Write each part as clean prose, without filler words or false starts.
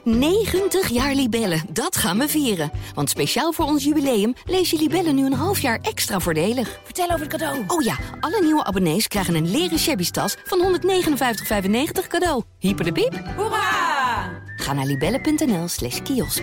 90 jaar Libellen, dat gaan we vieren. Want speciaal voor ons jubileum lees je Libellen nu een half jaar extra voordelig. Vertel over het cadeau. Oh ja, alle nieuwe abonnees krijgen een leren shabby tas van 159,95 cadeau. Hyper de piep. Hoera! Ga naar libellen.nl/kiosk.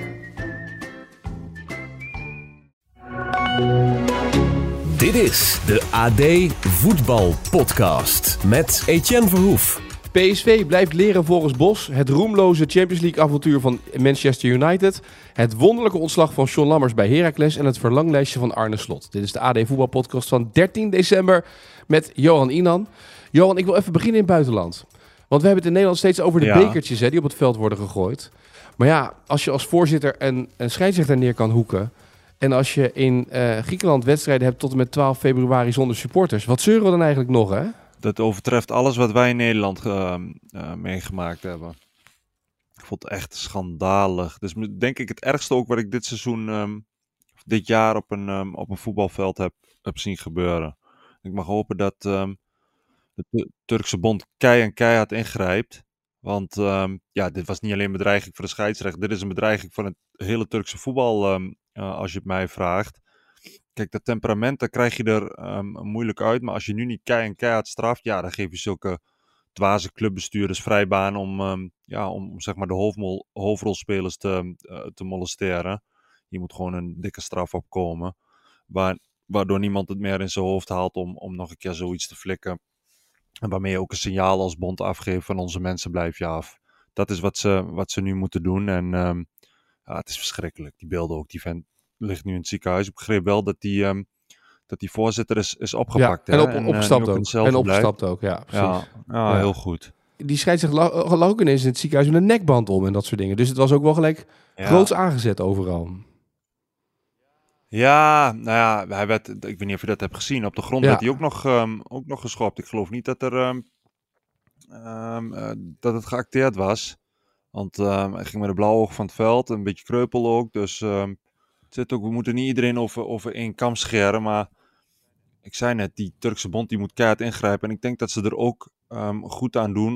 Dit is de AD Voetbal Podcast met Etienne Verhoef. PSV blijft leren volgens Bos. Het roemloze Champions League avontuur van Manchester United. Het wonderlijke ontslag van Sean Lammers bij Heracles. En het verlanglijstje van Arne Slot. Dit is de AD Voetbal Podcast van 13 december met Johan Inan. Johan, ik wil even beginnen in het buitenland. Want we hebben het in Nederland steeds over de bekertjes die op het veld worden gegooid. Maar ja, als je als voorzitter een scheidsrechter neer kan hoeken. En als je in Griekenland wedstrijden hebt tot en met 12 februari zonder supporters. Wat zeuren we dan eigenlijk nog, hè? Dat overtreft alles wat wij in Nederland meegemaakt hebben. Ik vond het echt schandalig. Dus denk ik het ergste ook wat ik dit seizoen, dit jaar op een voetbalveld heb zien gebeuren. Ik mag hopen dat de Turkse bond keihard ingrijpt. Want dit was niet alleen een bedreiging voor de scheidsrechter. Dit is een bedreiging van het hele Turkse voetbal, als je het mij vraagt. Kijk, dat temperament, daar krijg je er moeilijk uit. Maar als je nu niet keihard straft, ja, dan geef je zulke dwaze clubbestuurders vrijbaan om zeg maar de hoofdrolspelers te molesteren. Je moet gewoon een dikke straf opkomen. Waardoor niemand het meer in zijn hoofd haalt om nog een keer zoiets te flikken. En waarmee je ook een signaal als bond afgeeft van onze mensen blijf je af. Dat is wat ze nu moeten doen. En het is verschrikkelijk. Die beelden ook, die vent ligt nu in het ziekenhuis. Ik begreep wel dat die voorzitter is opgepakt. Ja, en opgestapt ook. En opgestapt ook, ja. Ja, heel goed. Die scheidsrechter lag ook ineens in het ziekenhuis met een nekband om en dat soort dingen. Dus het was ook wel gelijk groots aangezet overal. Ja, nou ja, hij werd, ik weet niet of je dat hebt gezien. Op de grond werd hij ook nog geschopt. Ik geloof niet dat dat het geacteerd was. Want hij ging met een blauw oog van het veld. Een beetje kreupel ook. Dus we moeten niet iedereen over één kam scheren. Maar ik zei net, die Turkse bond die moet keihard ingrijpen. En ik denk dat ze er ook goed aan doen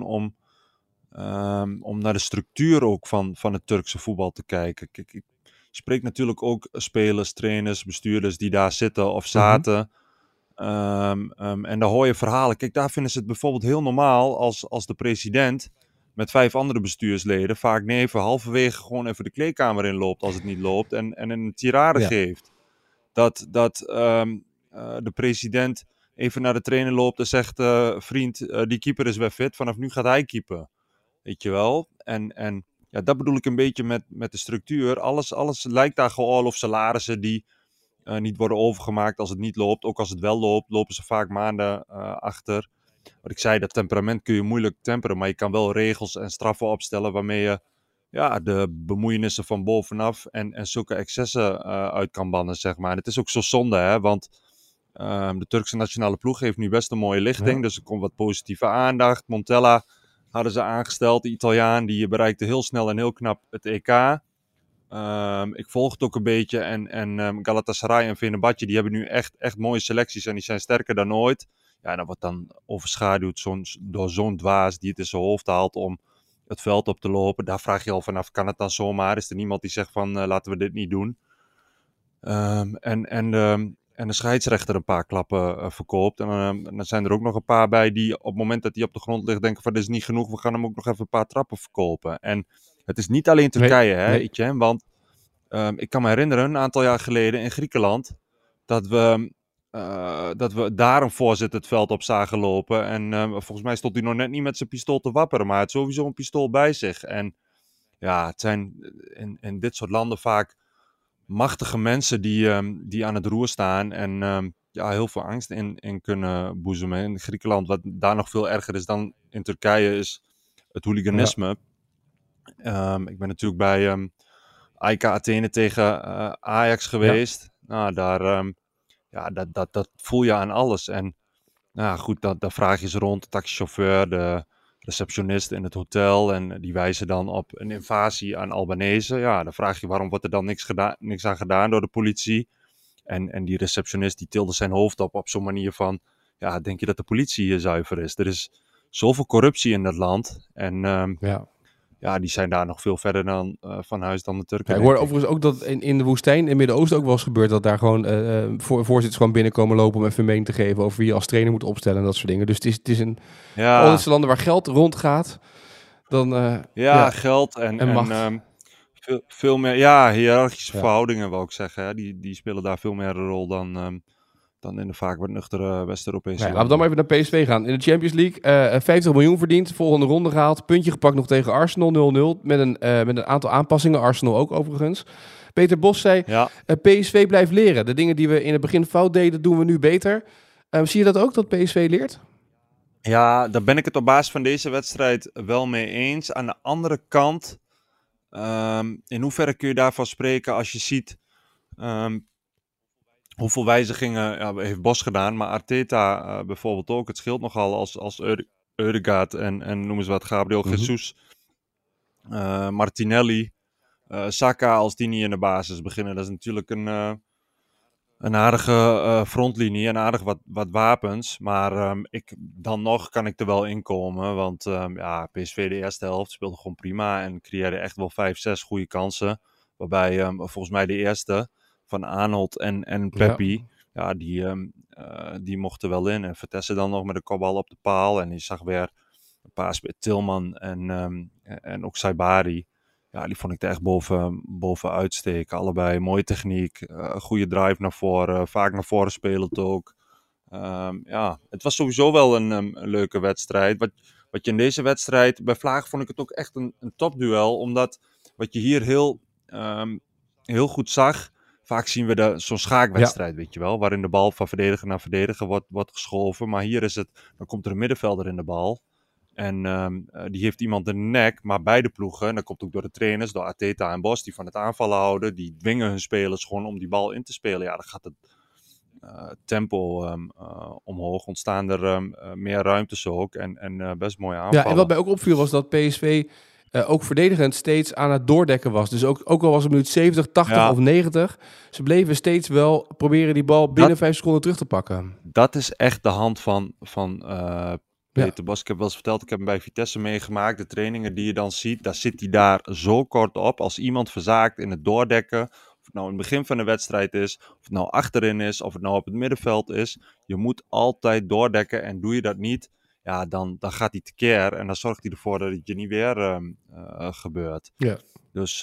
om naar de structuur ook van het Turkse voetbal te kijken. Kijk, ik spreek natuurlijk ook spelers, trainers, bestuurders die daar zitten of zaten. En daar hoor je verhalen. Kijk, daar vinden ze het bijvoorbeeld heel normaal als de president met 5 andere bestuursleden, vaak neven, halverwege gewoon even de kleedkamer inloopt als het niet loopt en een tirade geeft. Dat de president even naar de trainer loopt en zegt, vriend, die keeper is weer fit, vanaf nu gaat hij keepen. Weet je wel? En ja, dat bedoel ik een beetje met de structuur. Alles lijkt daar gewoon of salarissen die niet worden overgemaakt als het niet loopt. Ook als het wel loopt, lopen ze vaak maanden achter. Wat ik zei, dat temperament kun je moeilijk temperen. Maar je kan wel regels en straffen opstellen waarmee je de bemoeienissen van bovenaf en zulke excessen uit kan bannen, zeg maar. En het is ook zo zonde, hè, want de Turkse nationale ploeg heeft nu best een mooie lichting. Ja. Dus er komt wat positieve aandacht. Montella hadden ze aangesteld, de Italiaan, die bereikte heel snel en heel knap het EK. Ik volg het ook een beetje. En Galatasaray en Fenerbahce, die hebben nu echt mooie selecties en die zijn sterker dan ooit. Ja, en dat wordt dan overschaduwd door zo'n dwaas die het in zijn hoofd haalt om het veld op te lopen. Daar vraag je al vanaf, kan het dan zomaar? Is er niemand die zegt van, laten we dit niet doen? En de scheidsrechter een paar klappen verkoopt. En dan zijn er ook nog een paar bij die op het moment dat hij op de grond ligt denken van, dit is niet genoeg, we gaan hem ook nog even een paar trappen verkopen. En het is niet alleen Turkije, hè, Etienne, want ik kan me herinneren, een aantal jaar geleden in Griekenland, dat we daar een voorzitter het veld op zagen lopen. En volgens mij stond hij nog net niet met zijn pistool te wapperen, maar hij had sowieso een pistool bij zich. En ja, het zijn in dit soort landen vaak machtige mensen die aan het roer staan en heel veel angst in kunnen boezemen. In Griekenland, wat daar nog veel erger is dan in Turkije, is het hooliganisme. Ja. Ik ben natuurlijk bij AEK Athene tegen Ajax geweest. Ja. Nou, dat voel je aan alles. En nou goed, daar vraag je ze rond. De taxichauffeur, de receptionist in het hotel. En die wijzen dan op een invasie aan Albanese. Ja, dan vraag je waarom wordt er dan niks aan gedaan door de politie. En die receptionist die tilde zijn hoofd op zo'n manier van, ja, denk je dat de politie hier zuiver is? Er is zoveel corruptie in dat land. En ja, die zijn daar nog veel verder dan van huis dan de Turken. Ja, ik hoorde overigens ook dat in de woestijn in het Midden-Oosten ook wel eens gebeurt dat daar gewoon voorzitters gewoon binnenkomen lopen om even mee te geven over wie je als trainer moet opstellen en dat soort dingen. Dus het is in al deze landen waar geld rondgaat, dan geld en macht. Veel meer, hiërarchische verhoudingen wil ik zeggen. Hè. Die spelen daar veel meer een rol dan in de vaak wat nuchtere West-Europese landen. Laten we dan maar even naar PSV gaan. In de Champions League 50 miljoen verdiend, volgende ronde gehaald, puntje gepakt nog tegen Arsenal 0-0 met een aantal aanpassingen. Arsenal ook overigens. Peter Bos zei, PSV blijft leren. De dingen die we in het begin fout deden, doen we nu beter. Zie je dat ook, dat PSV leert? Ja, daar ben ik het op basis van deze wedstrijd wel mee eens. Aan de andere kant, in hoeverre kun je daarvan spreken als je ziet hoeveel wijzigingen heeft Bos gedaan, maar Arteta bijvoorbeeld ook. Het scheelt nogal als Ødegaard en noem eens wat, Gabriel Jesus, Martinelli, Saka als die niet in de basis beginnen. Dat is natuurlijk een aardige frontlinie en aardig wat wapens. Maar dan nog kan ik er wel in komen. Want PSV de eerste helft speelde gewoon prima. En creëerde echt wel 5-6 goede kansen. Waarbij volgens mij de eerste van Arnold en Peppi. Ja, die mochten wel in. En Vitesse dan nog met een kopbal op de paal. En je zag weer een paas bij Tilman en ook Saibari. Ja, die vond ik er echt boven uitsteken. Allebei mooie techniek, goede drive naar voren, vaak naar voren spelend ook. Het was sowieso wel een leuke wedstrijd. Wat je in deze wedstrijd, bij Vlaag vond ik het ook echt een topduel. Omdat wat je hier heel goed zag, vaak zien we zo'n schaakwedstrijd, weet je wel. Waarin de bal van verdediger naar verdediger wordt geschoven. Maar hier is het, dan komt er een middenvelder in de bal. En die heeft iemand in de nek, maar beide ploegen, en dat komt ook door de trainers, door Arteta en Bos, die van het aanvallen houden, die dwingen hun spelers gewoon om die bal in te spelen. Ja, dan gaat het tempo omhoog, ontstaan er meer ruimtes ook en best mooie aanvallen. Ja, en wat mij ook opviel was dat PSV ook verdedigend steeds aan het doordekken was. Dus ook al was het minuut 70, 80 of 90, ze bleven steeds wel proberen die bal binnen 5 seconden terug te pakken. Dat is echt de hand van Peter Bos. Ik heb wel eens verteld, ik heb hem bij Vitesse meegemaakt. De trainingen die je dan ziet, daar zit hij daar zo kort op. Als iemand verzaakt in het doordekken, of het nou in het begin van de wedstrijd is, of het nou achterin is, of het nou op het middenveld is. Je moet altijd doordekken en doe je dat niet, ja, dan gaat hij tekeer. En dan zorgt hij ervoor dat het je niet weer gebeurt. Ja. Dus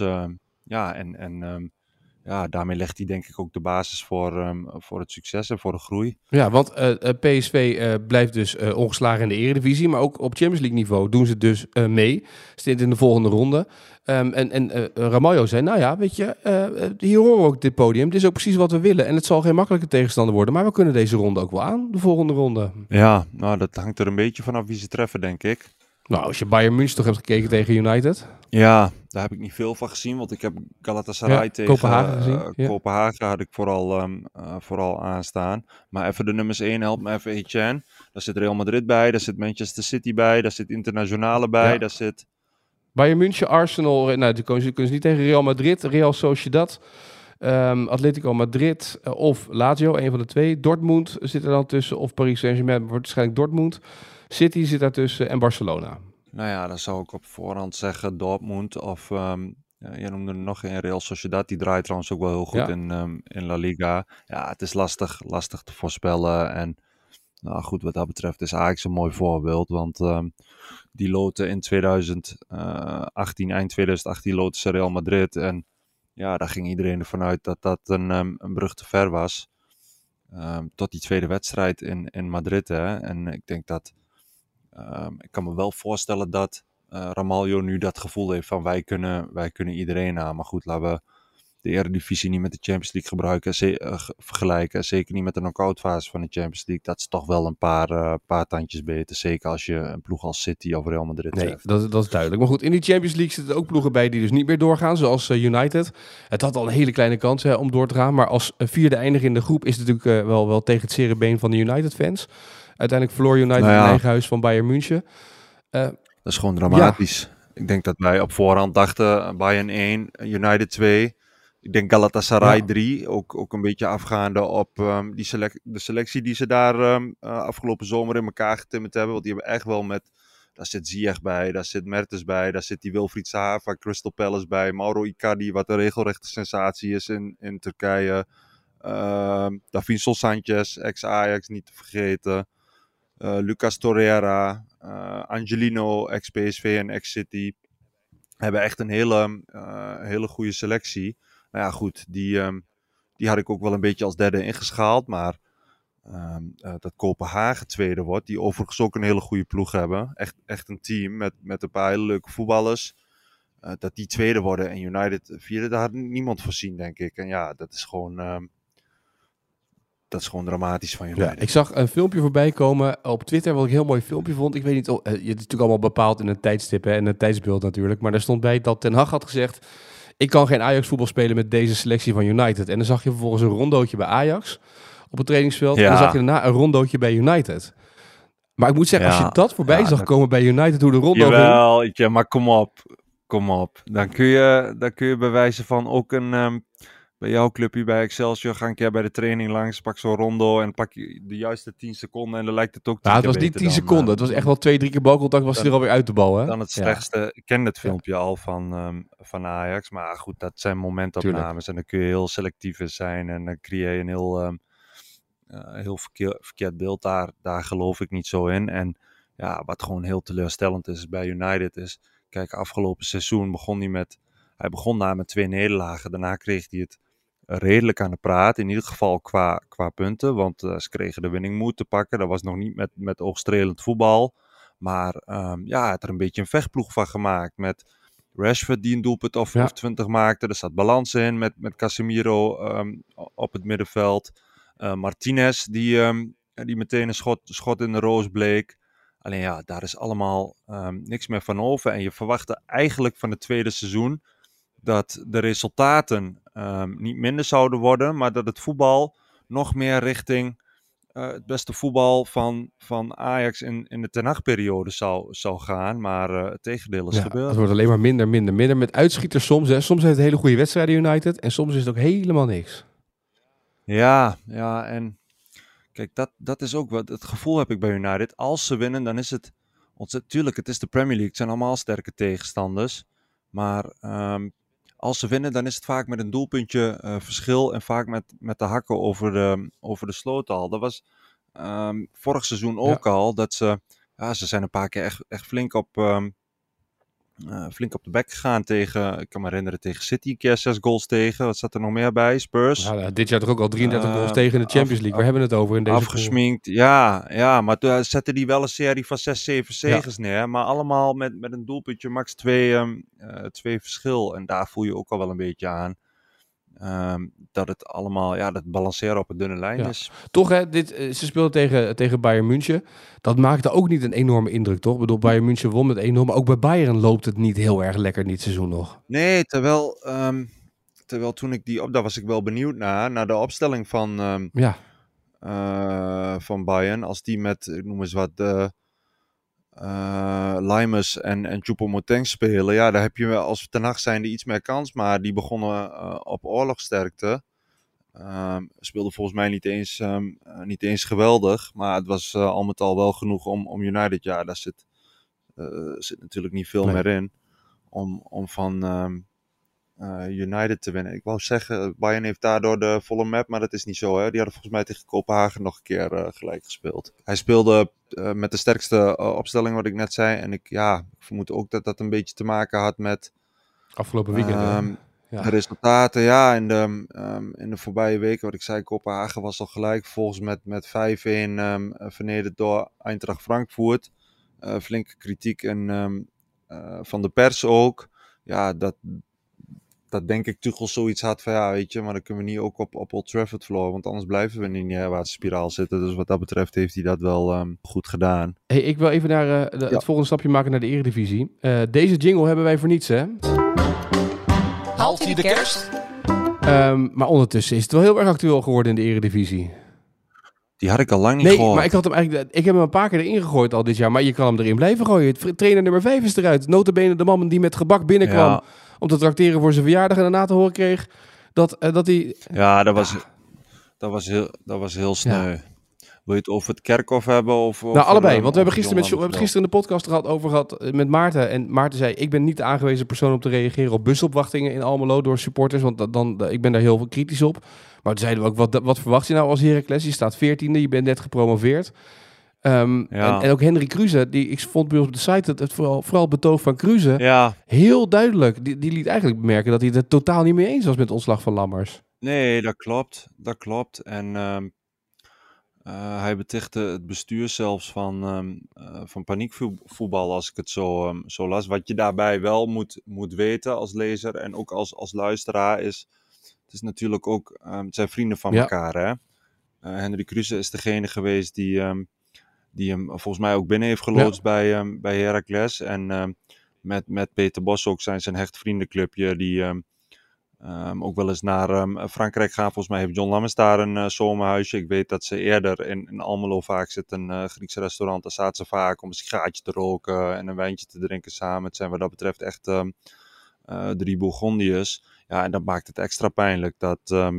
daarmee legt hij denk ik ook de basis voor het succes en voor de groei. Ja, want PSV blijft dus ongeslagen in de Eredivisie, maar ook op Champions League niveau doen ze dus mee. Stint in de volgende ronde. Ramalho zei, nou ja, weet je, hier horen we ook dit podium. Dit is ook precies wat we willen. En het zal geen makkelijke tegenstander worden, maar we kunnen deze ronde ook wel aan, de volgende ronde. Ja, nou dat hangt er een beetje vanaf wie ze treffen, denk ik. Nou, als je Bayern München toch hebt gekeken tegen United. Ja, daar heb ik niet veel van gezien, want ik heb Galatasaray tegen Kopenhagen gezien. Kopenhagen had ik vooral aanstaan. Maar even de nummers 1, help me even Etienne. Daar zit Real Madrid bij, daar zit Manchester City bij, daar zit Internationale bij, daar zit... Bayern München, Arsenal, nou, die kunnen ze niet tegen Real Madrid, Real Sociedad, Atletico Madrid of Lazio, een van de twee. Dortmund zit er dan tussen, of Paris Saint-Germain, wordt waarschijnlijk Dortmund. City zit daartussen en Barcelona. Nou ja, dan zou ik op voorhand zeggen Dortmund of je noemde er nog een, Real Sociedad. Die draait trouwens ook wel heel goed in La Liga. Ja, het is lastig te voorspellen. En nou goed, wat dat betreft is Ajax een mooi voorbeeld. Want die loten in 2018, eind 2018 loten ze Real Madrid. En ja, daar ging iedereen ervan uit dat dat een brug te ver was. Tot die tweede wedstrijd in Madrid. Hè. En ik denk dat... ik kan me wel voorstellen dat Ramalho nu dat gevoel heeft van wij kunnen iedereen aan. Maar goed, laten we de Eredivisie niet met de Champions League gebruiken, vergelijken. Zeker niet met de knock-out fase van de Champions League. Dat is toch wel een paar tandjes beter. Zeker als je een ploeg als City of Real Madrid treft. Nee, dat is duidelijk. Maar goed, in die Champions League zitten ook ploegen bij die dus niet meer doorgaan. Zoals United. Het had al een hele kleine kans om door te gaan. Maar als vierde eindiger in de groep is het natuurlijk wel tegen het zere been van de United-fans. Uiteindelijk verloor United in eigen huis van Bayern München. Dat is gewoon dramatisch. Ja. Ik denk dat wij op voorhand dachten Bayern 1, United 2. Ik denk Galatasaray 3. Ook een beetje afgaande op de selectie die ze daar afgelopen zomer in elkaar getimmerd hebben. Want die hebben echt wel met Daar zit Ziyech bij, daar zit Mertens bij, daar zit die Wilfried Zaha van Crystal Palace bij. Mauro Icardi, wat een regelrechte sensatie is in Turkije. Davinson Sanchez, ex-Ajax, niet te vergeten. Lucas Torreira, Angelino, ex-PSV en ex-City. Hebben echt een hele goede selectie. Nou ja, goed, die had ik ook wel een beetje als derde ingeschaald. Maar dat Kopenhagen tweede wordt, die overigens ook een hele goede ploeg hebben. Echt een team met een paar hele leuke voetballers. Dat die tweede worden en United vierde, daar had niemand voorzien, denk ik. En ja, dat is gewoon dramatisch van United. Ja, ik zag een filmpje voorbij komen op Twitter, wat ik een heel mooi filmpje vond. Ik weet niet, het is natuurlijk allemaal bepaald in een tijdstip en een tijdsbeeld natuurlijk. Maar daar stond bij dat Ten Hag had gezegd, ik kan geen Ajax voetbal spelen met deze selectie van United. En dan zag je vervolgens een rondootje bij Ajax op het trainingsveld. Ja. En dan zag je daarna een rondootje bij United. Maar ik moet zeggen, als je dat voorbij zag komen bij United, hoe de rondo ging... Ja, maar kom op. Dan kun je bij wijze van ook bij jouw clubje bij Excelsior ga een keer bij de training langs, pak zo'n rondo en pak je de juiste 10 seconden en dan lijkt het ook 10 het was niet 10 seconden. Het was echt wel 2-3 keer balcontact, was hij er alweer uit de bal. Hè? Dan het slechtste. Ik ken het filmpje al van Ajax, maar goed, dat zijn momentopnames en dan kun je heel selectief in zijn en dan creëer je een heel verkeerd beeld. Daar geloof ik niet zo in. En ja, wat gewoon heel teleurstellend is bij United is, kijk, afgelopen seizoen begon hij begon daar met 2 nederlagen. Daarna kreeg hij het redelijk aan de praat. In ieder geval qua punten. Want ze kregen de winning moed te pakken. Dat was nog niet met oogstrelend voetbal. Maar hij had er een beetje een vechtploeg van gemaakt. Met Rashford die een doelpunt of 20 maakte. Er zat balans in met Casemiro op het middenveld. Martinez die meteen een schot in de roos bleek. Alleen ja, daar is allemaal niks meer van over. En je verwachtte eigenlijk van het tweede seizoen dat de resultaten niet minder zouden worden, maar dat het voetbal nog meer richting het beste voetbal van Ajax in de Ten Hag-periode zou gaan. Maar het tegendeel is gebeurd. Het wordt alleen maar minder. Met uitschieters soms. Hè. Soms heeft het hele goede wedstrijden United en soms is het ook helemaal niks. Ja, en kijk, dat is ook wat het gevoel heb ik bij United. Als ze winnen, dan is het ontzettend. Tuurlijk, het is de Premier League. Het zijn allemaal sterke tegenstanders. Maar als ze winnen, dan is het vaak met een doelpuntje verschil. En vaak met de hakken over de sloot al. Dat was vorig seizoen ook al. Dat ze zijn een paar keer echt flink op de bek gegaan tegen, ik kan me herinneren, tegen City. Een keer 6 goals tegen. Wat zat er nog meer bij? Spurs. Ja, dit jaar toch ook al 33 goals tegen in de Champions League. Waar hebben we het over in deze afgesminkt. Ja, maar toen zette die wel een serie van 6, 7 zegens neer. Maar allemaal met een doelpuntje, max 2 verschil. En daar voel je ook al wel een beetje aan. Dat het allemaal, dat balanceren op een dunne lijn is. Toch, hè, ze speelden tegen Bayern München. Dat maakte ook niet een enorme indruk, toch? Ik bedoel, Bayern München won met 1-0, maar ook bij Bayern loopt het niet heel erg lekker dit seizoen nog. Nee, terwijl toen ik daar was ik wel benieuwd naar de opstelling van Bayern. Als die met, ik noem eens wat, Limes en Choupo-Moting spelen. Ja, daar heb je als Ten Hag zijnde iets meer kans. Maar die begonnen op oorlogsterkte. Speelde volgens mij niet eens geweldig. Maar het was al met al wel genoeg om United. Ja, daar zit natuurlijk niet veel meer in. Om van United te winnen. Ik wou zeggen, Bayern heeft daardoor de volle map, maar dat is niet zo. Hè? Die hadden volgens mij tegen Kopenhagen nog een keer gelijk gespeeld. Hij speelde met de sterkste opstelling, wat ik net zei. En ik vermoed ook dat een beetje te maken had met afgelopen weekend. De resultaten. Ja, in de voorbije weken, wat ik zei, Kopenhagen was al gelijk. Volgens met 5-1 vernederd door Eintracht Frankfurt. Flinke kritiek van de pers ook. Ja, dat denk ik Tuchel zoiets had van weet je, maar dan kunnen we niet ook op Old Trafford verloren, want anders blijven we in die neerwaartse spiraal zitten. Dus wat dat betreft heeft hij dat wel goed gedaan. Hey, ik wil even naar het volgende stapje maken naar de Eredivisie. Deze jingle hebben wij voor niets, hè? Haalt hij de kerst? Maar ondertussen is het wel heel erg actueel geworden in de Eredivisie. Die had ik al lang niet gehoord. Nee, maar ik heb hem een paar keer erin gegooid al dit jaar, maar je kan hem erin blijven gooien. Trainer nummer 5 is eruit. Nota bene de man die met gebak binnenkwam om te trakteren voor zijn verjaardag en daarna te horen kreeg dat hij... Ja, dat was heel sneu. Ja. Wil je het over het Kerkhof hebben? Of Nou, allebei. Want we hebben John Lammers gisteren in de podcast over gehad met Maarten. En Maarten zei, ik ben niet de aangewezen persoon om te reageren op busopwachtingen in Almelo door supporters. Want ik ben daar heel veel kritisch op. Maar toen zeiden we ook, wat verwacht je nou als Heracles? Je staat 14e, je bent net gepromoveerd. En ook Henry Kruse, ik vond bij ons op de site het vooral betoog van Kruse heel duidelijk. Die liet eigenlijk bemerken dat hij het totaal niet mee eens was met de ontslag van Lammers. Nee, dat klopt. En hij betichtte het bestuur zelfs van paniekvoetbal, als ik het zo las. Wat je daarbij wel moet weten als lezer en ook als luisteraar is, het is natuurlijk ook, het zijn vrienden van elkaar, hè. Henry Kruse is degene geweest die hem volgens mij ook binnen heeft geloodst bij Heracles. En met Peter Bos ook zijn hecht vriendenclubje die ook wel eens naar Frankrijk gaan. Volgens mij heeft John Lammers daar een zomerhuisje. Ik weet dat ze eerder in Almelo vaak zit een Griekse restaurant. Daar zaten ze vaak om een sigaartje te roken en een wijntje te drinken samen. Het zijn wat dat betreft echt 3 Bourgondiërs. Ja, en dat maakt het extra pijnlijk dat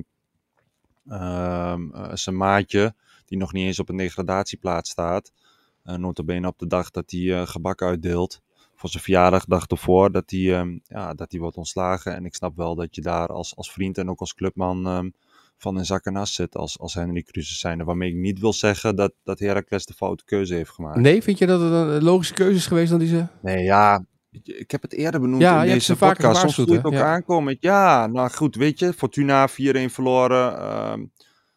zijn maatje, die nog niet eens op een degradatieplaats staat, nota bene op de dag dat hij gebak uitdeelt, voor zijn verjaardag, dag ervoor, dat hij wordt ontslagen. En ik snap wel dat je daar als vriend en ook als clubman van in zak en as zit als Henry Kruse zijnde. Waarmee ik niet wil zeggen dat Heracles de foute keuze heeft gemaakt. Nee, vind je dat het een logische keuze is geweest dan die ze... Nee, ja, ik heb het eerder benoemd in deze podcast. Soms voel je het ook aankomen. Ja, nou goed, weet je, Fortuna 4-1 verloren.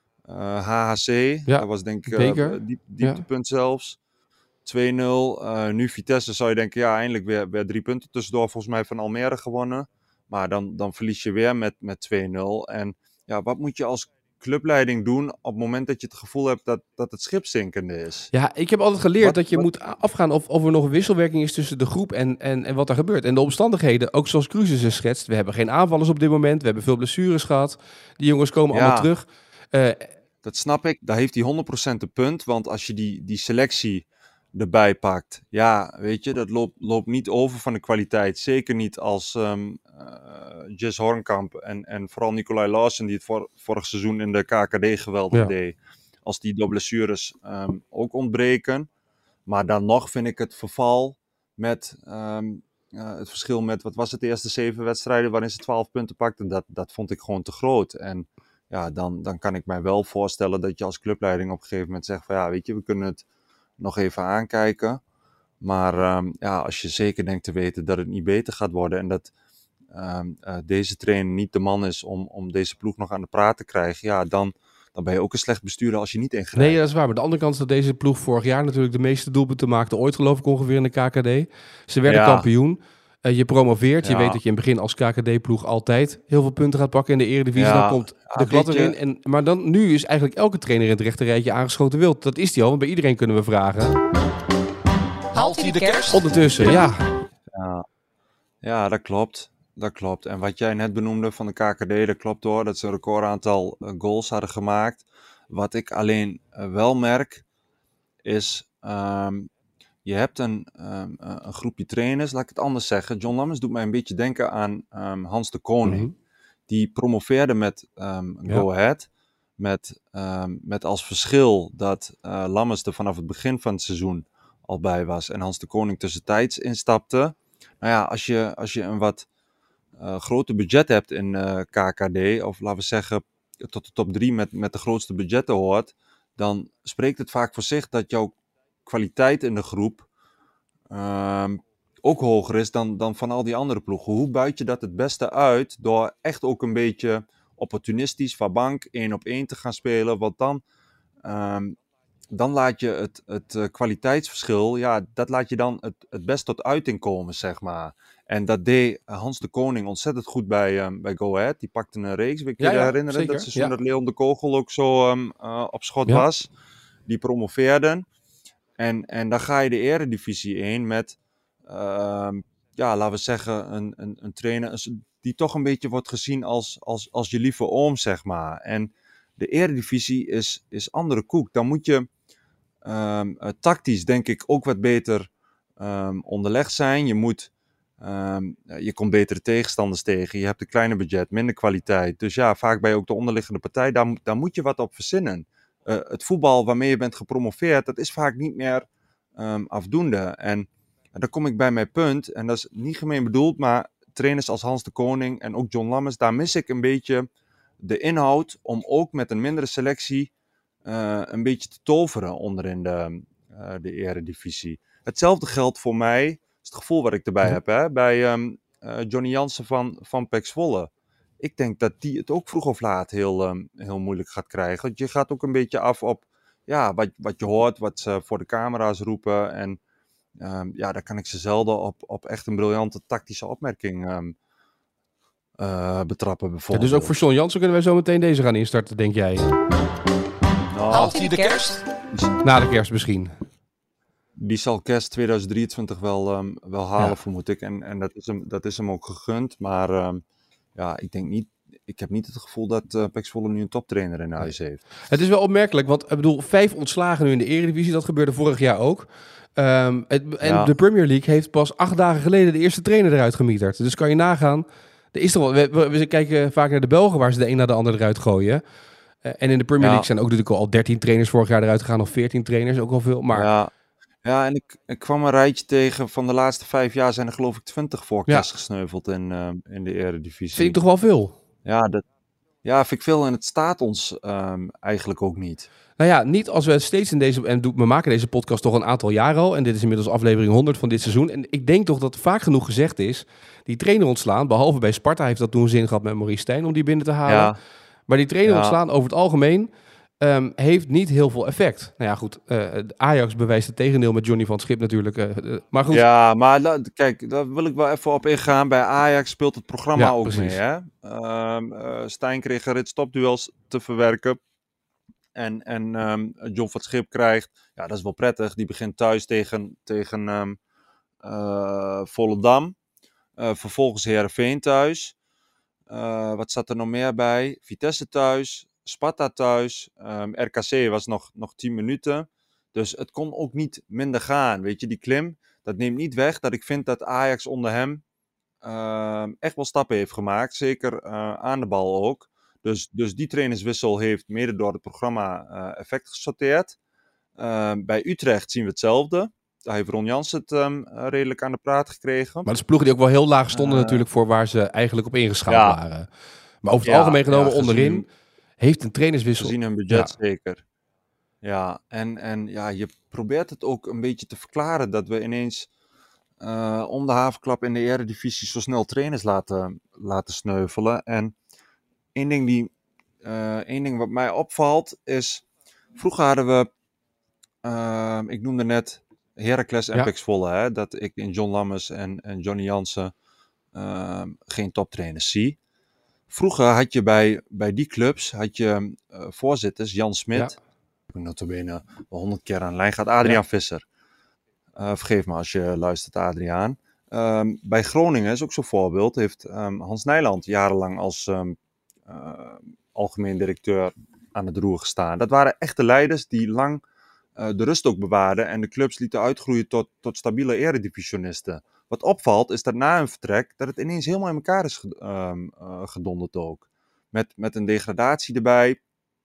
HHC, dat was denk ik dieptepunt zelfs. 2-0. Nu Vitesse zou je denken, ja, eindelijk weer 3 punten tussendoor. Volgens mij van Almere gewonnen. Maar dan verlies je weer met 2-0. En ja, wat moet je als clubleiding doen op het moment dat je het gevoel hebt dat het schip zinkende is? Ja, ik heb altijd geleerd dat je moet afgaan of er nog een wisselwerking is tussen de groep en wat er gebeurt. En de omstandigheden, ook zoals Kruse ze schetst. We hebben geen aanvallers op dit moment. We hebben veel blessures gehad. Die jongens komen allemaal terug. Dat snap ik. Daar heeft hij 100% een punt. Want als je die selectie erbij pakt, ja, weet je, dat loopt niet over van de kwaliteit. Zeker niet als Jess Hornkamp en vooral Nicolai Larsen, die het vorig seizoen in de KKD geweldig deed. Als die door blessures ook ontbreken. Maar dan nog vind ik het verval met het verschil met, wat was het, de eerste 7 wedstrijden waarin ze 12 punten pakten, dat vond ik gewoon te groot. En ja, dan kan ik mij wel voorstellen dat je als clubleiding op een gegeven moment zegt van ja, weet je, we kunnen het nog even aankijken. Maar als je zeker denkt te weten dat het niet beter gaat worden en dat deze trainer niet de man is om deze ploeg nog aan de praat te krijgen, ja, dan ben je ook een slecht bestuurder als je niet ingrijpt. Nee, dat is waar. Maar de andere kant is dat deze ploeg vorig jaar natuurlijk de meeste doelpunten maakte ooit, geloof ik, ongeveer in de KKD. Ze werden kampioen. Je promoveert. Je weet dat je in het begin als KKD-ploeg altijd heel veel punten gaat pakken in de Eredivisie. Dan komt de klad erin. Maar dan, nu is eigenlijk elke trainer in het rechte rijtje aangeschoten wild. Dat is die al, want bij iedereen kunnen we vragen. Haalt hij de kerst? Ondertussen, Ja, dat klopt. Dat klopt. En wat jij net benoemde van de KKD, dat klopt hoor. Dat ze een recordaantal goals hadden gemaakt. Wat ik alleen wel merk, is je hebt een groepje trainers, laat ik het anders zeggen. John Lammers doet mij een beetje denken aan Hans de Koning. Mm-hmm. Die promoveerde met Go Ahead. Met als verschil dat Lammers er vanaf het begin van het seizoen al bij was. En Hans de Koning tussentijds instapte. Nou ja, als je een wat groter budget hebt in KKD, of laten we zeggen tot de top 3 met de grootste budgetten hoort, dan spreekt het vaak voor zich dat jouw kwaliteit in de groep ook hoger is dan van al die andere ploegen. Hoe buit je dat het beste uit door echt ook een beetje opportunistisch van bank 1-op-1 te gaan spelen, want dan laat je het kwaliteitsverschil, ja, dat laat je dan het best tot uiting komen, zeg maar. En dat deed Hans de Koning ontzettend goed bij Go Ahead. Die pakte een reeks. Weet je herinneren zeker. Dat seizoen dat Leon de Kogel ook zo op schot was. Die promoveerden. En dan ga je de Eredivisie in met, laten we zeggen, een trainer die toch een beetje wordt gezien als je lieve oom, zeg maar. En de Eredivisie is andere koek. Dan moet je tactisch, denk ik, ook wat beter onderlegd zijn. Je komt betere tegenstanders tegen. Je hebt een kleiner budget, minder kwaliteit. Dus ja, vaak ben je ook de onderliggende partij. Daar moet je wat op verzinnen. het voetbal waarmee je bent gepromoveerd, dat is vaak niet meer afdoende. En dan kom ik bij mijn punt, en dat is niet gemeen bedoeld, maar trainers als Hans de Koning en ook John Lammers, daar mis ik een beetje de inhoud om ook met een mindere selectie een beetje te toveren onderin de eredivisie. Hetzelfde geldt voor mij, is het gevoel wat ik erbij heb, hè, bij Johnny Jansen van PEC Zwolle. Ik denk dat die het ook vroeg of laat heel moeilijk gaat krijgen. Want je gaat ook een beetje af op wat je hoort, wat ze voor de camera's roepen. En daar kan ik ze zelden op echt een briljante tactische opmerking betrappen bijvoorbeeld. Ja, dus ook voor John Jansen kunnen wij zo meteen deze gaan instarten, denk jij? Haalt hij de kerst? Na de kerst misschien. Die zal kerst 2023 wel halen, Ja. vermoed ik. En dat is hem ook gegund. Maar ik denk niet. Ik heb niet het gevoel dat PEC Zwolle nu een toptrainer in huis heeft. Het is wel opmerkelijk, want ik bedoel, 5 ontslagen nu in de Eredivisie. Dat gebeurde vorig jaar ook. De Premier League heeft pas 8 dagen geleden de eerste trainer eruit gemieterd. Dus kan je nagaan. Er is toch wel, we kijken vaak naar de Belgen, waar ze de een na de ander eruit gooien. En in de Premier League zijn ook natuurlijk al 13 trainers vorig jaar eruit gegaan, of 14 trainers, ook al veel. Maar Ja, en ik kwam een rijtje tegen van de laatste 5 jaar zijn er geloof ik 20 voor kerst gesneuveld in de Eredivisie. vind ik toch wel veel. Ja, vind ik veel en het staat ons eigenlijk ook niet. Nou ja, niet als we steeds we maken deze podcast toch een aantal jaar al. En dit is inmiddels aflevering 100 van dit seizoen. En ik denk toch dat vaak genoeg gezegd is, die trainer ontslaan, behalve bij Sparta heeft dat toen zin gehad met Maurice Stijn om die binnen te halen. Ja. Maar die trainer ontslaan over het algemeen heeft niet heel veel effect. Nou ja, goed. Ajax bewijst het tegendeel met Johnny van het Schip natuurlijk. Maar goed. Ja, maar kijk, daar wil ik wel even op ingaan. Bij Ajax speelt het programma ook precies. mee. Hè? Stijn kreeg een rit stopduels te verwerken. En John van het Schip krijgt, dat is wel prettig. Die begint thuis tegen Volendam. Vervolgens Heerenveen thuis. Wat zat er nog meer bij? Vitesse thuis. Sparta thuis, RKC was nog 10 minuten. Dus het kon ook niet minder gaan. Weet je, die klim, dat neemt niet weg dat ik vind dat Ajax onder hem echt wel stappen heeft gemaakt. Zeker aan de bal ook. Dus die trainerswissel heeft mede door het programma effect gesorteerd. Bij Utrecht zien we hetzelfde. Daar heeft Ron Jansen het redelijk aan de praat gekregen. Maar dat is ploegen die ook wel heel laag stonden natuurlijk voor waar ze eigenlijk op ingeschaald waren. Maar over het algemeen genomen onderin heeft een trainerswissel. Gezien hun budget zeker. Ja, en je probeert het ook een beetje te verklaren dat we ineens om de havenklap in de Eredivisie zo snel trainers laten sneuvelen. En één ding wat mij opvalt is, vroeger hadden we, ik noemde net Heracles en PEC Zwolle, hè, dat ik in John Lammers en Johnny Jansen geen toptrainers zie. Vroeger had je bij die clubs voorzitters, Jan Smit, ik heb notabene wel 100 keer aan de lijn gehad, Adriaan Visser. Vergeef me als je luistert, Adriaan. Bij Groningen is ook zo'n voorbeeld, heeft Hans Nijland jarenlang als algemeen directeur aan het roer gestaan. Dat waren echte leiders die lang de rust ook bewaarden en de clubs lieten uitgroeien tot stabiele eredivisionisten. Wat opvalt is dat na een vertrek dat het ineens helemaal in elkaar is gedonderd ook. Met een degradatie erbij.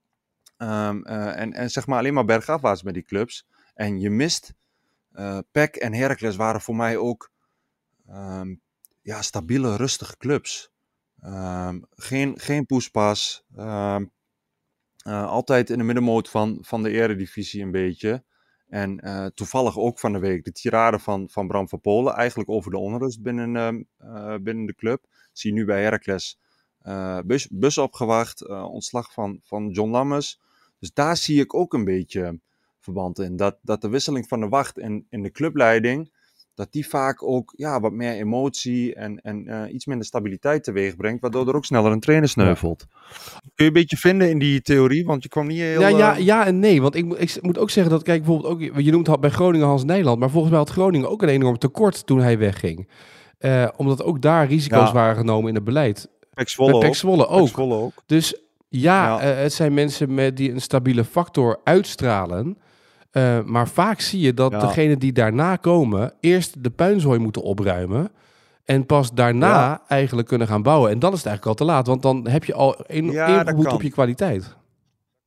En zeg maar alleen maar bergafwaarts met die clubs. En je mist, PEC en Heracles waren voor mij ook stabiele, rustige clubs. Geen poespas. Altijd in de middenmoot van de eredivisie een beetje. En toevallig ook van de week de tirade van Bram van Polen. Eigenlijk over de onrust binnen de club. Zie je nu bij Heracles bus opgewacht. Ontslag van John Lammers. Dus daar zie ik ook een beetje verband in. Dat de wisseling van de wacht in de clubleiding, dat die vaak ook wat meer emotie en iets minder stabiliteit teweeg brengt, waardoor er ook sneller een trainer sneuvelt. Kun je een beetje vinden in die theorie? Want je kwam niet heel... Ja en nee. Want ik moet ook zeggen dat, kijk, bijvoorbeeld ook, je noemt bij Groningen Hans Nijland, maar volgens mij had Groningen ook een enorm tekort toen hij wegging. Omdat ook daar risico's waren genomen in het beleid. PEC Zwolle ook. Dus het zijn mensen die een stabiele factor uitstralen. Maar vaak zie je dat degenen die daarna komen eerst de puinzooi moeten opruimen en pas daarna eigenlijk kunnen gaan bouwen. En dan is het eigenlijk al te laat, want dan heb je al invloed op je kwaliteit.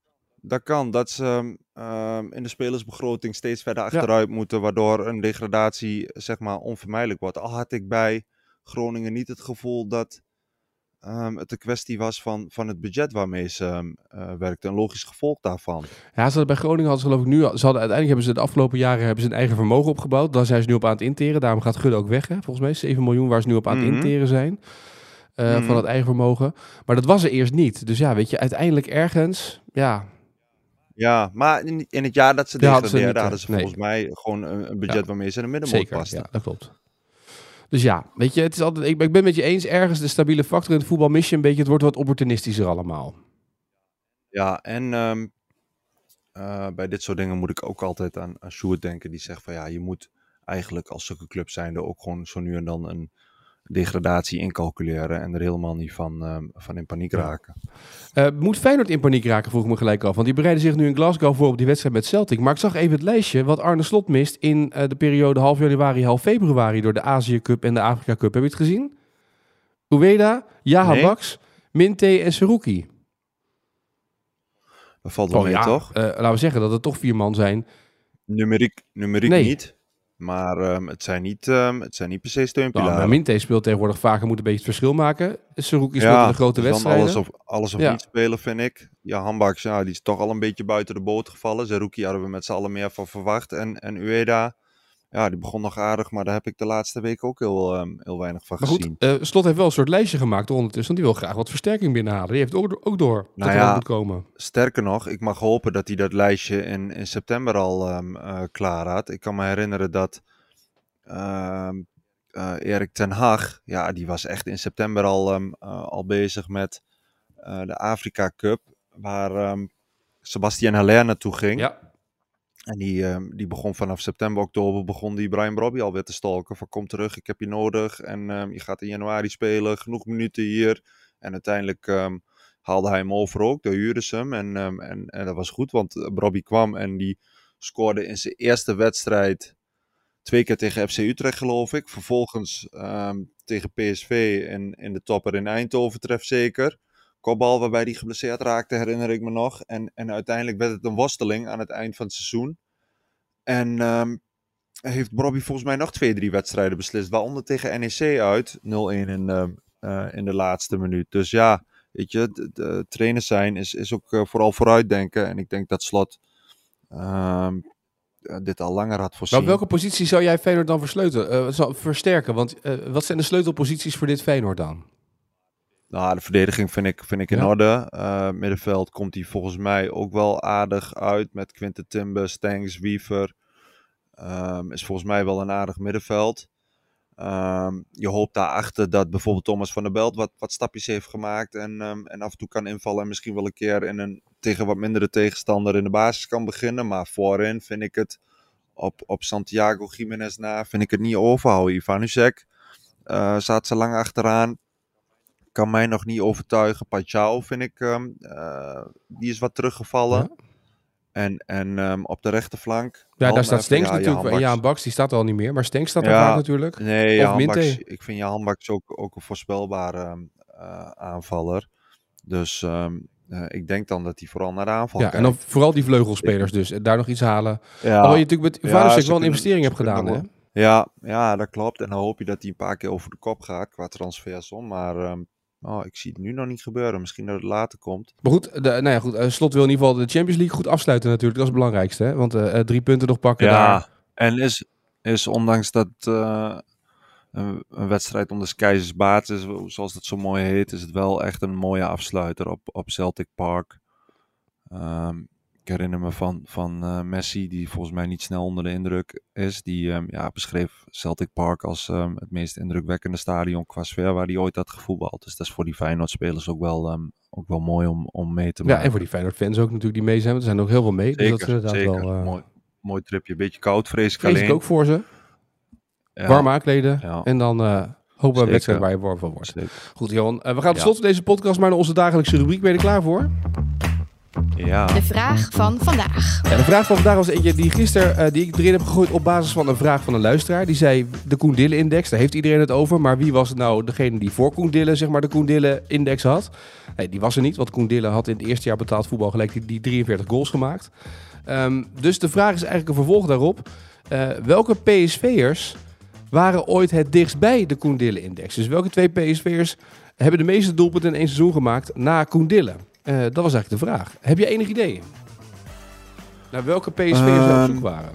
dat kan. Dat ze in de spelersbegroting steeds verder achteruit moeten, waardoor een degradatie zeg maar onvermijdelijk wordt. Al had ik bij Groningen niet het gevoel dat het een kwestie was van het budget waarmee ze werkten. Een logisch gevolg daarvan. Ja, ze hadden bij Groningen hadden ze geloof ik nu... Uiteindelijk hebben ze de afgelopen jaren een eigen vermogen opgebouwd. Daar zijn ze nu op aan het interen. Daarom gaat Gudde ook weg, hè? Volgens mij 7 miljoen waar ze nu op aan het interen zijn. Van het eigen vermogen. Maar dat was er eerst niet. Dus ja, weet je, uiteindelijk ergens... Ja, maar in het jaar dat ze degradeerden hadden ze volgens mij gewoon een budget waarmee ze in de middenmoot pasten. Ja, dat klopt. Dus ja, weet je, het is altijd, ik ben het met je eens, ergens de stabiele factor in het voetbal mis je een beetje. Het wordt wat opportunistischer allemaal. Ja, en bij dit soort dingen moet ik ook altijd aan Sjoerd denken. Die zegt van ja, je moet eigenlijk als zulke club zijnde ook gewoon zo nu en dan een degradatie incalculeren. En er helemaal niet van in paniek raken. Moet Feyenoord in paniek raken, vroeg ik me gelijk af. Want die bereiden zich nu in Glasgow voor op die wedstrijd met Celtic. Maar ik zag even het lijstje wat Arne Slot mist in de periode half januari, half februari door de Azië Cup en de Afrika Cup. Heb je het gezien? Ueda, Jaha Baks, Minte en Seruki. Dat valt wel mee, toch? Laten we zeggen dat het toch 4 man zijn. Numeriek niet. Maar het zijn niet per se steunpilaren. Nou, Minte speelt tegenwoordig vaker, moet een beetje het verschil maken. Seruki speelt in de grote wedstrijden. Alles of niet spelen, vind ik. Ja, Hambaks, die is toch al een beetje buiten de boot gevallen. Seruki hadden we met z'n allen meer van verwacht. En Ueda, die begon nog aardig, maar daar heb ik de laatste weken ook heel weinig van gezien. Maar goed, Slot heeft wel een soort lijstje gemaakt ondertussen, want die wil graag wat versterking binnenhalen. Die heeft ook door dat er moet komen. Sterker nog, ik mag hopen dat hij dat lijstje in september al klaar had. Ik kan me herinneren dat Erik ten Hag, die was echt in september al bezig met de Afrika Cup, waar Sebastian Haller naartoe ging. Ja. En die begon vanaf september, oktober, die Brian Brobby alweer te stalken. Van kom terug, ik heb je nodig. En je gaat in januari spelen, genoeg minuten hier. En uiteindelijk haalde hij hem over ook, daar huurden ze hem. En dat was goed, want Brobby kwam en die scoorde in zijn eerste wedstrijd 2 keer tegen FC Utrecht, geloof ik. Vervolgens tegen PSV in de topper in Eindhoven, trefzeker. Kopbal waarbij hij geblesseerd raakte, herinner ik me nog. En uiteindelijk werd het een worsteling aan het eind van het seizoen. En heeft Brobby volgens mij nog 2-3 wedstrijden beslist. Waaronder tegen NEC uit, 0-1 in de laatste minuut. Dus ja, weet je, de trainers zijn is ook vooral vooruitdenken. En ik denk dat Slot dit al langer had voorzien. Maar welke positie zou jij Feyenoord dan versterken? Want wat zijn de sleutelposities voor dit Feyenoord dan? Nou, de verdediging vind ik in orde. Middenveld komt hij volgens mij ook wel aardig uit. Met Quinten Timber, Stengs, Wiever. Is volgens mij wel een aardig middenveld. Je hoopt daarachter dat bijvoorbeeld Thomas van der Belt wat stapjes heeft gemaakt. En af en toe kan invallen. En misschien wel een keer tegen wat mindere tegenstander in de basis kan beginnen. Maar voorin vind ik het op Santiago Gimenez na vind ik het niet overhouden. Ivanusek zat ze lang achteraan. Kan mij nog niet overtuigen. Pachau vind ik, die is wat teruggevallen. Ja. En op de rechterflank. Ja, daar staat Stenks natuurlijk. En Jaan Baks, die staat al niet meer. Maar Stenks staat er vaak natuurlijk. Nee, ik vind Jaan Baks ook een voorspelbare aanvaller. Dus ik denk dan dat hij vooral naar de aanval kijkt. En dan vooral die vleugelspelers dus. En daar nog iets halen. Alhoewel je natuurlijk met Ivanovic wel een investering hebt gedaan, hè? Ja, dat klopt. En dan hoop je dat hij een paar keer over de kop gaat qua transfersom. Maar ik zie het nu nog niet gebeuren. Misschien dat het later komt. Maar goed, Slot wil in ieder geval de Champions League goed afsluiten natuurlijk. Dat is het belangrijkste, hè? Want 3 punten nog pakken daar. En is ondanks dat een wedstrijd om de keizers baat is, zoals dat zo mooi heet, is het wel echt een mooie afsluiter op Celtic Park. Ik herinner me van Messi, die volgens mij niet snel onder de indruk is. Die beschreef Celtic Park als het meest indrukwekkende stadion qua sfeer waar hij ooit had gevoetbald. Dus dat is voor die Feyenoord-spelers ook wel mooi om mee te maken. Ja, en voor die Feyenoord-fans ook natuurlijk die mee zijn. Want er zijn ook heel veel mee. Zeker, dus dat is inderdaad wel mooi tripje. Beetje koud, vrees ik alleen. Vrees ik ook voor ze. Ja. Warm aankleden. Ja. En dan hopen we een wedstrijd waar je warm van wordt. Zeker. Goed, Johan. We gaan tot slot van deze podcast maar naar onze dagelijkse rubriek. Ben je er klaar voor? Ja. De vraag van vandaag. Ja, de vraag van vandaag was eentje die gisteren die ik erin heb gegooid op basis van een vraag van een luisteraar. Die zei de Koen Dille-index, daar heeft iedereen het over. Maar wie was nou degene die voor Koen Dille, zeg maar, de Koen Dille-index had? Nee, die was er niet, want Koen Dille had in het eerste jaar betaald voetbal gelijk die 43 goals gemaakt. Dus de vraag is eigenlijk een vervolg daarop. Welke PSV'ers waren ooit het dichtst bij de Koen Dille-index? Dus welke 2 PSV'ers hebben de meeste doelpunten in 1 seizoen gemaakt na Koen Dille? Dat was eigenlijk de vraag. Heb je enig idee? Naar welke PSV'ers op zoek waren?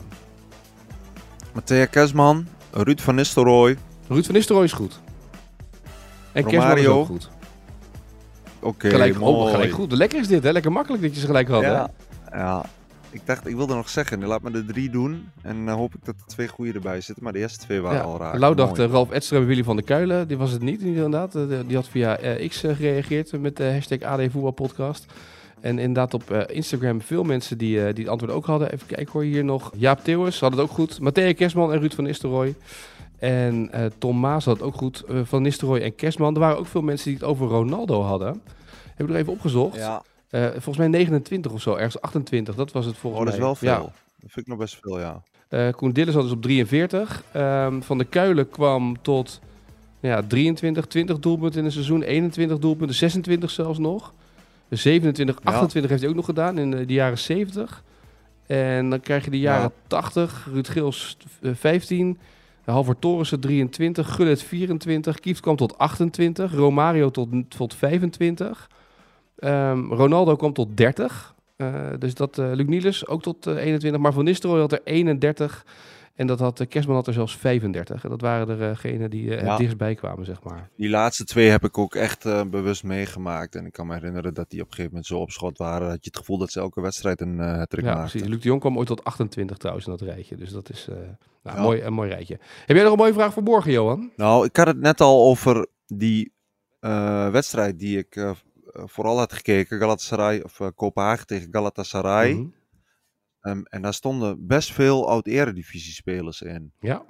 Matthea Kersman, Ruud van Nistelrooy. Ruud van Nistelrooy is goed. En Kersman is ook goed. Oké, Gelijk mooi. goed. Lekker is dit, hè? Lekker makkelijk dat je ze gelijk had, hè? Ja. Ik dacht, ik wilde nog zeggen, laat me de 3 doen. En dan hoop ik dat er 2 goede erbij zitten. Maar de eerste 2 waren al raar. Lau dacht Ralf Edström en Willy van der Kuilen. Die was het niet, inderdaad. Die had via X gereageerd met de hashtag AD Voetbalpodcast. En inderdaad op Instagram veel mensen die het antwoord ook hadden. Even kijken hoor, hier nog. Jaap Theeuwers had het ook goed. Matthea Kersman en Ruud van Nistelrooy. En Tom Maas had het ook goed. Van Nistelrooy en Kersman. Er waren ook veel mensen die het over Ronaldo hadden. Heb ik er even opgezocht. Ja. Volgens mij 29 of zo, ergens 28. Dat was het volgens mij. Dat is wel veel. Ja. Dat vind ik nog best veel, ja. Koen Dille zat dus op 43. Van der Kuilen kwam tot 23, 20 doelpunten in een seizoen. 21 doelpunten, 26 zelfs nog. 27, 28 heeft hij ook nog gedaan in de jaren 70. En dan krijg je de jaren 80. Ruud Geels 15. Halvard Torissen 23. Gullit 24. Kieft kwam tot 28. Romario tot 25. Ronaldo kwam tot 30. Dus dat Luc Niels ook tot 21. Maar Van Nistelrooy had er 31. En dat had Kersman had er zelfs 35. En dat waren degenen die het dichtstbij kwamen, zeg maar. Die laatste 2 heb ik ook echt bewust meegemaakt. En ik kan me herinneren dat die op een gegeven moment zo op schot waren. Dat je het gevoel dat ze elke wedstrijd een hat-trick maakten. Precies. Luc de Jong kwam ooit tot 28 trouwens in dat rijtje. Dus dat is een mooi rijtje. Heb jij nog een mooie vraag voor morgen, Johan? Nou, ik had het net al over die wedstrijd die ik vooral had gekeken. Galatasaray of Kopenhagen tegen Galatasaray. Mm-hmm. En daar stonden best veel oud-eredivisie-spelers in. Ja.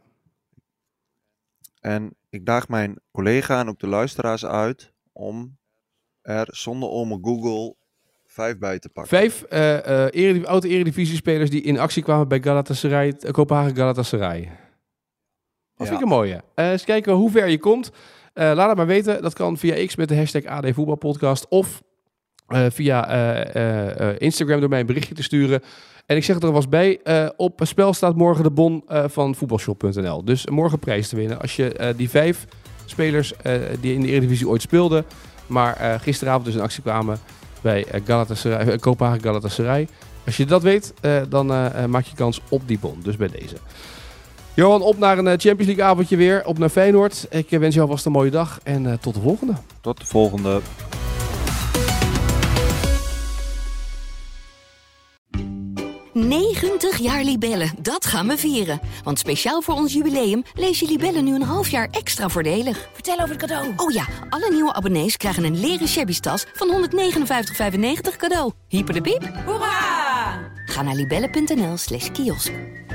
En ik daag mijn collega en ook de luisteraars uit om er zonder ome Google 5 bij te pakken. 5 oud-eredivisie-spelers die in actie kwamen bij Galatasaray, Kopenhagen Galatasaray. Dat vind ik een mooie. Eens kijken hoe ver je komt. Laat het maar weten. Dat kan via X met de hashtag AD Voetbalpodcast of via Instagram door mij een berichtje te sturen. En ik zeg er alvast bij, op spel staat morgen de bon van voetbalshop.nl. Dus morgen prijs te winnen. Als je die 5 spelers die in de Eredivisie ooit speelden, maar gisteravond dus in actie kwamen bij Kopenhagen Galatasaray. Als je dat weet, dan maak je kans op die bon. Dus bij deze. Johan, op naar een Champions League avondje weer. Op naar Feyenoord. Ik wens jou alvast een mooie dag en tot de volgende. Tot de volgende. ...90 jaar Libellen, dat gaan we vieren. Want speciaal voor ons jubileum lees je Libellen nu een half jaar extra voordelig. Vertel over het cadeau. Oh ja, alle nieuwe abonnees krijgen een leren shabby tas van €159,95 cadeau. Hyper de piep. Hoera! Ga naar libellen.nl/kiosk.